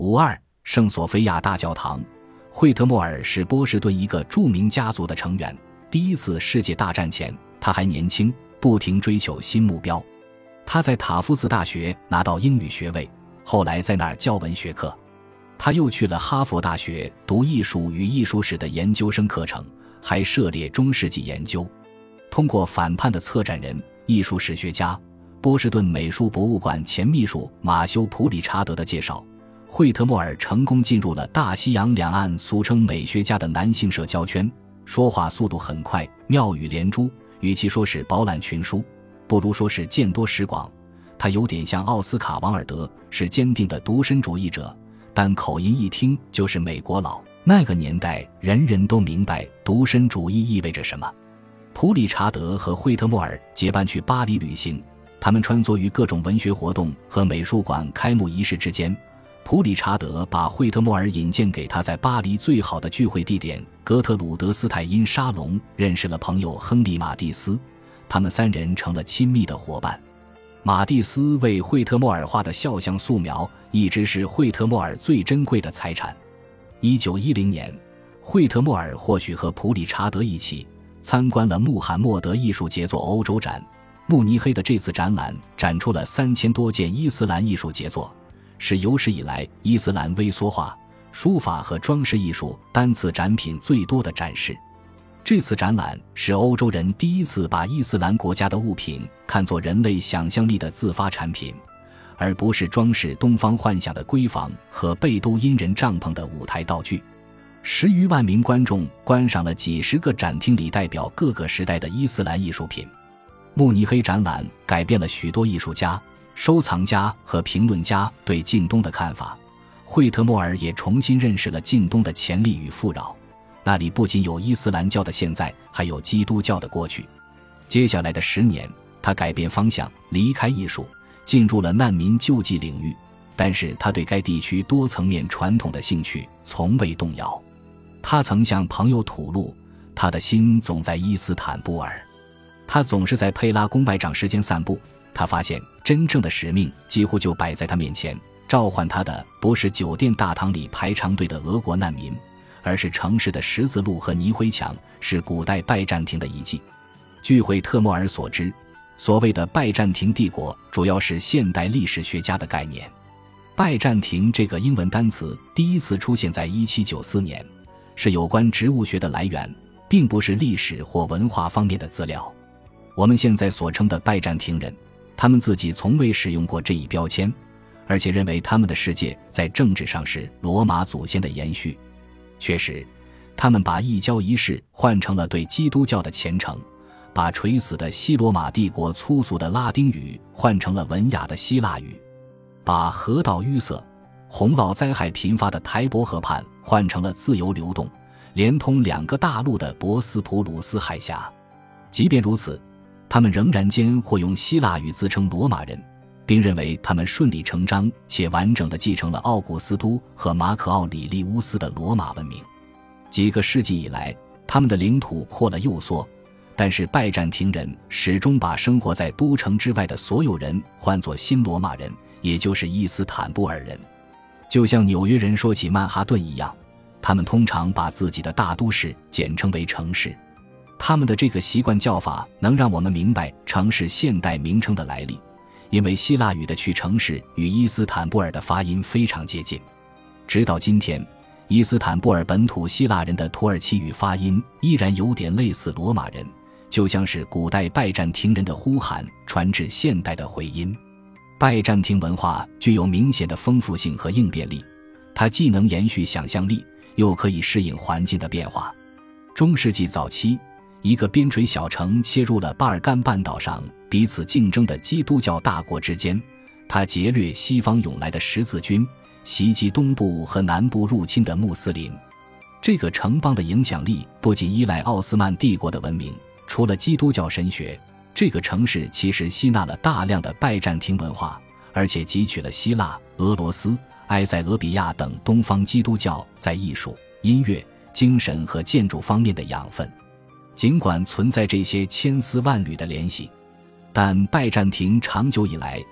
52圣索菲亚大教堂。惠特莫尔是波士顿一个著名家族的成员，第一次世界大战前他还年轻，不停追求新目标。他在塔夫茨大学拿到英语学位，后来在那儿教文学课。他又去了哈佛大学读艺术与艺术史的研究生课程，还涉猎中世纪研究。通过反叛的策展人、艺术史学家、波士顿美术博物馆前秘书马修·普理查德的介绍，惠特莫尔成功进入了大西洋两岸俗称美学家的男性社交圈，说话速度很快，妙语连珠，与其说是饱览群书，不如说是见多识广。他有点像奥斯卡·王尔德，是坚定的独身主义者，但口音一听就是美国佬。那个年代人人都明白独身主义意味着什么。普理查德和惠特莫尔结伴去巴黎旅行，他们穿梭于各种文学活动和美术馆开幕仪式之间。普理查德把惠特莫尔引荐给他在巴黎最好的聚会地点格特鲁德斯泰因沙龙，认识了朋友亨利·马蒂斯，他们三人成了亲密的伙伴。马蒂斯为惠特莫尔画的肖像素描一直是惠特莫尔最珍贵的财产。1910年，惠特莫尔或许和普理查德一起参观了穆罕默德艺术杰作欧洲展。慕尼黑的这次展览展出了3000多件伊斯兰艺术杰作，是有史以来伊斯兰微缩画、书法和装饰艺术单次展品最多的展示。这次展览是欧洲人第一次把伊斯兰国家的物品看作人类想象力的自发产品，而不是装饰东方幻想的闺房和贝都因人帐篷的舞台道具。10余万名观众观赏了几十个展厅里代表各个时代的伊斯兰艺术品。慕尼黑展览改变了许多艺术家、收藏家和评论家对近东的看法。惠特莫尔也重新认识了近东的潜力与富饶，那里不仅有伊斯兰教的现在，还有基督教的过去。接下来的10年，他改变方向，离开艺术，进入了难民救济领域，但是他对该地区多层面传统的兴趣从未动摇。他曾向朋友吐露，他的心总在伊斯坦布尔。他总是在佩拉宫外长时间散步，他发现真正的使命几乎就摆在他面前，召唤他的不是酒店大堂里排长队的俄国难民，而是城市的十字路和泥灰墙，是古代拜占庭的遗迹。据惠特莫尔所知，所谓的拜占庭帝国主要是现代历史学家的概念。拜占庭这个英文单词第一次出现在1794年，是有关植物学的来源，并不是历史或文化方面的资料。我们现在所称的拜占庭人，他们自己从未使用过这一标签，而且认为他们的世界在政治上是罗马祖先的延续。确实，他们把异教仪式换成了对基督教的虔诚，把垂死的西罗马帝国粗俗的拉丁语换成了文雅的希腊语，把河道淤塞、洪涝灾害频发的台伯河畔换成了自由流动、连通2个大陆的博斯普鲁斯海峡。即便如此，他们仍然间或用希腊语自称罗马人，并认为他们顺理成章且完整地继承了奥古斯都和马可奥里利乌斯的罗马文明。几个世纪以来，他们的领土扩了又缩，但是拜占庭人始终把生活在都城之外的所有人唤作新罗马人，也就是伊斯坦布尔人。就像纽约人说起曼哈顿一样，他们通常把自己的大都市简称为城市。他们的这个习惯叫法能让我们明白城市现代名称的来历，因为希腊语的去城市与伊斯坦布尔的发音非常接近。直到今天，伊斯坦布尔本土希腊人的土耳其语发音依然有点类似罗马人，就像是古代拜占庭人的呼喊传至现代的回音。拜占庭文化具有明显的丰富性和应变力，它既能延续想象力，又可以适应环境的变化。中世纪早期，一个边陲小城切入了巴尔干半岛上彼此竞争的基督教大国之间，它劫掠西方涌来的十字军，袭击东部和南部入侵的穆斯林。这个城邦的影响力不仅依赖奥斯曼帝国的文明，除了基督教神学，这个城市其实吸纳了大量的拜占庭文化，而且汲取了希腊、俄罗斯、埃塞俄比亚等东方基督教在艺术、音乐、精神和建筑方面的养分。尽管存在这些千丝万缕的联系，但拜占庭长久以来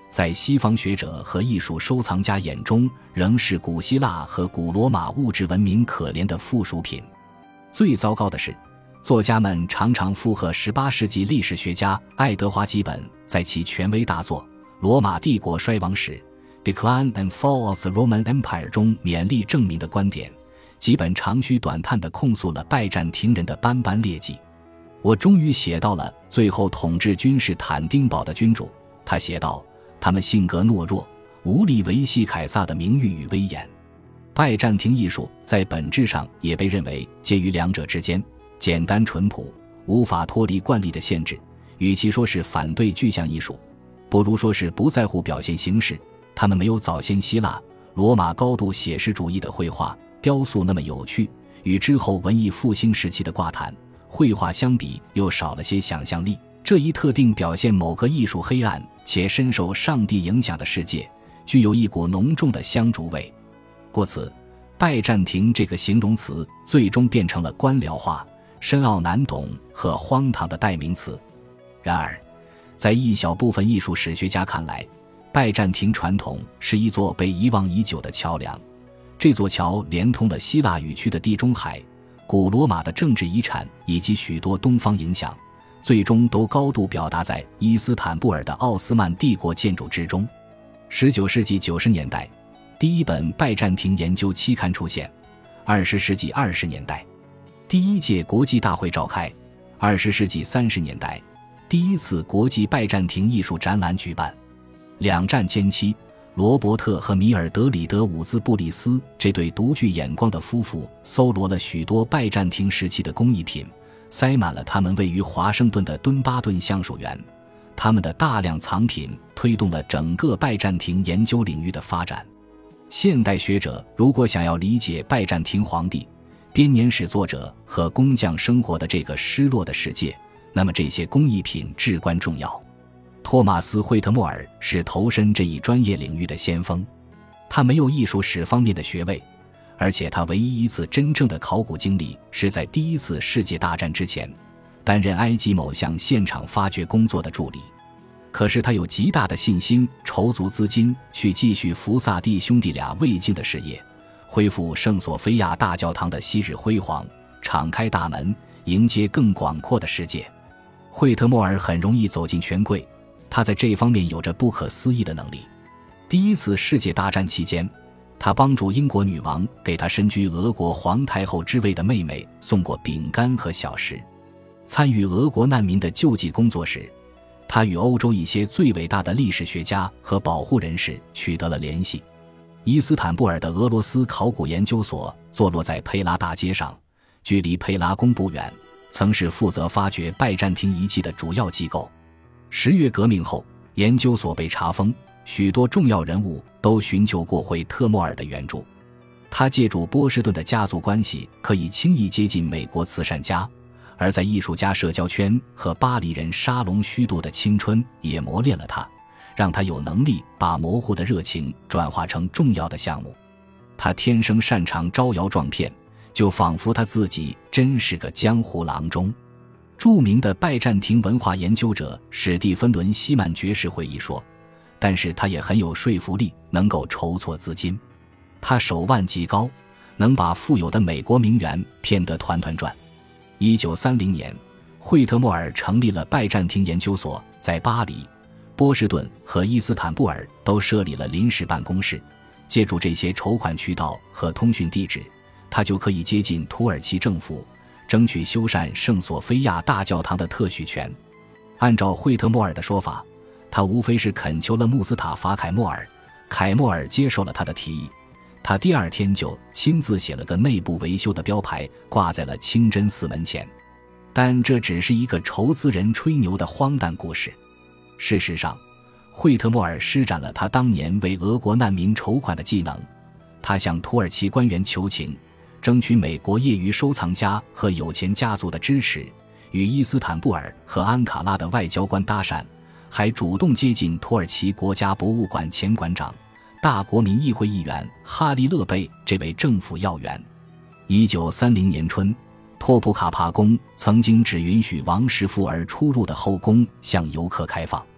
在西方学者和艺术收藏家眼中仍是古希腊和古罗马物质文明可怜的附属品。最糟糕的是，作家们常常附和18世纪历史学家爱德华·吉本在其权威大作《罗马帝国衰亡史》（Decline and Fall of the Roman Empire） 中勉力证明的观点。吉本长吁短叹地控诉了拜占庭人的斑斑劣迹。我终于写到了最后统治君士坦丁堡的君主，他写道，他们性格懦弱，无力维系凯撒的名誉与威严。拜占庭艺术在本质上也被认为介于两者之间，简单淳朴，无法脱离惯例的限制。与其说是反对具象艺术，不如说是不在乎表现形式。他们没有早先希腊、罗马高度写实主义的绘画、雕塑那么有趣，与之后文艺复兴时期的挂毯、绘画相比又少了些想象力。这一特定表现某个艺术黑暗且深受上帝影响的世界，具有一股浓重的香烛味。故此，拜占庭这个形容词最终变成了官僚化、深奥难懂和荒唐的代名词。然而，在一小部分艺术史学家看来，拜占庭传统是一座被遗忘已久的桥梁。这座桥连通了希腊语区的地中海、古罗马的政治遗产以及许多东方影响，最终都高度表达在伊斯坦布尔的奥斯曼帝国建筑之中。19世纪90年代，第一本拜占庭研究期刊出现；20世纪20年代，第一届国际大会召开；20世纪30年代，第一次国际拜占庭艺术展览举办。两战间期，罗伯特和米尔德里德·伍兹布利斯这对独具眼光的夫妇搜罗了许多拜占庭时期的工艺品，塞满了他们位于华盛顿的敦巴顿橡树园。他们的大量藏品推动了整个拜占庭研究领域的发展。现代学者如果想要理解拜占庭皇帝、编年史作者和工匠生活的这个失落的世界，那么这些工艺品至关重要。托马斯·惠特莫尔是投身这一专业领域的先锋，他没有艺术史方面的学位，而且他唯一一次真正的考古经历是在第一次世界大战之前，担任埃及某项现场发掘工作的助理。可是他有极大的信心筹足资金去继续福萨蒂兄弟俩未竟的事业，恢复圣索菲亚大教堂的昔日辉煌，敞开大门迎接更广阔的世界。惠特莫尔很容易走进权贵，他在这方面有着不可思议的能力。第一次世界大战期间，他帮助英国女王给他身居俄国皇太后之位的妹妹送过饼干和小食。参与俄国难民的救济工作时，他与欧洲一些最伟大的历史学家和保护人士取得了联系。伊斯坦布尔的俄罗斯考古研究所坐落在佩拉大街上，距离佩拉宫不远，曾是负责发掘拜占庭遗迹的主要机构。10月革命后，研究所被查封，许多重要人物都寻求过惠特莫尔的援助。他借助波士顿的家族关系，可以轻易接近美国慈善家，而在艺术家社交圈和巴黎人沙龙虚度的青春也磨练了他，让他有能力把模糊的热情转化成重要的项目。他天生擅长招摇撞骗，就仿佛他自己真是个江湖郎中。著名的拜占庭文化研究者史蒂芬·伦西曼爵士回忆说，但是他也很有说服力，能够筹措资金。他手腕极高，能把富有的美国名媛骗得团团转。1930年，惠特莫尔成立了拜占庭研究所，在巴黎、波士顿和伊斯坦布尔都设立了临时办公室。借助这些筹款渠道和通讯地址，他就可以接近土耳其政府，争取修缮圣索菲亚大教堂的特许权。按照惠特莫尔的说法，他无非是恳求了穆斯塔法·凯莫尔，凯莫尔接受了他的提议。他第二天就亲自写了个内部维修的标牌，挂在了清真寺门前。但这只是一个筹资人吹牛的荒诞故事。事实上，惠特莫尔施展了他当年为俄国难民筹款的技能。他向土耳其官员求情，争取美国业余收藏家和有钱家族的支持，与伊斯坦布尔和安卡拉的外交官搭讪，还主动接近土耳其国家博物馆前馆长、大国民议会议员哈利勒贝这位政府要员。1930年春，托普卡帕宫曾经只允许王室妇儿出入的后宫向游客开放。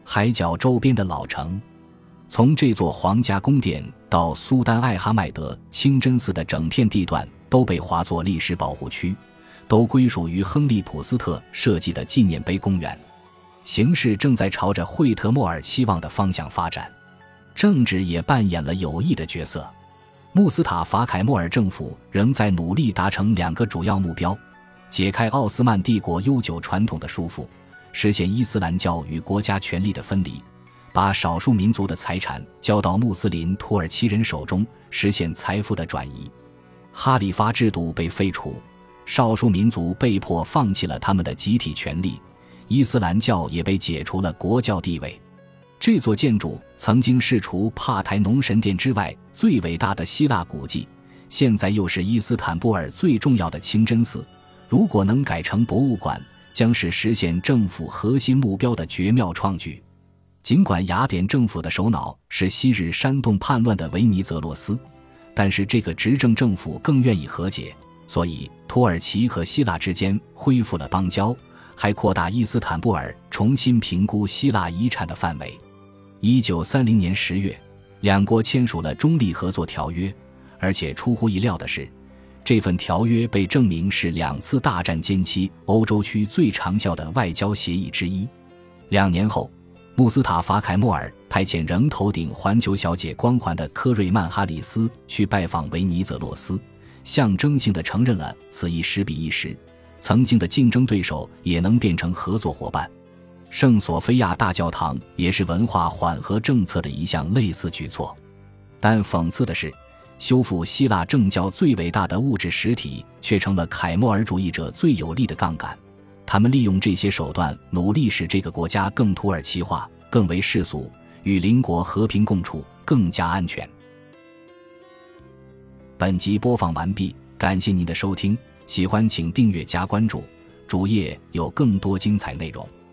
海角周边的老城。从这座皇家宫殿到苏丹艾哈迈德清真寺的整片地段都被划作历史保护区，都归属于亨利普斯特设计的纪念碑公园。形势正在朝着惠特莫尔期望的方向发展，政治也扮演了有益的角色。穆斯塔法凯莫尔政府仍在努力达成2个主要目标：解开奥斯曼帝国悠久传统的束缚，实现伊斯兰教与国家权力的分离，把少数民族的财产交到穆斯林土耳其人手中，实现财富的转移。哈里发制度被废除，少数民族被迫放弃了他们的集体权利，伊斯兰教也被解除了国教地位。这座建筑曾经是除帕台农神殿之外最伟大的希腊古迹，现在又是伊斯坦布尔最重要的清真寺。如果能改成博物馆，将是实现政府核心目标的绝妙创举。尽管雅典政府的首脑是昔日煽动叛乱的维尼泽洛斯，但是这个执政政府更愿意和解，所以土耳其和希腊之间恢复了邦交，还扩大伊斯坦布尔重新评估希腊遗产的范围。1930年10月，两国签署了中立合作条约，而且出乎意料的是，这份条约被证明是2次大战间期欧洲区最长效的外交协议之一。2年后，穆斯塔法凯莫尔派遣仍头顶环球小姐光环的科瑞曼哈里斯去拜访维尼泽洛斯，象征性地承认了此一10比1时，曾经的竞争对手也能变成合作伙伴。圣索菲亚大教堂也是文化缓和政策的一项类似举措。但讽刺的是，修复希腊政教最伟大的物质实体却成了凯莫尔主义者最有力的杠杆。他们利用这些手段努力使这个国家更土耳其化，更为世俗，与邻国和平共处，更加安全。本集播放完毕，感谢您的收听，喜欢请订阅加关注，主页有更多精彩内容。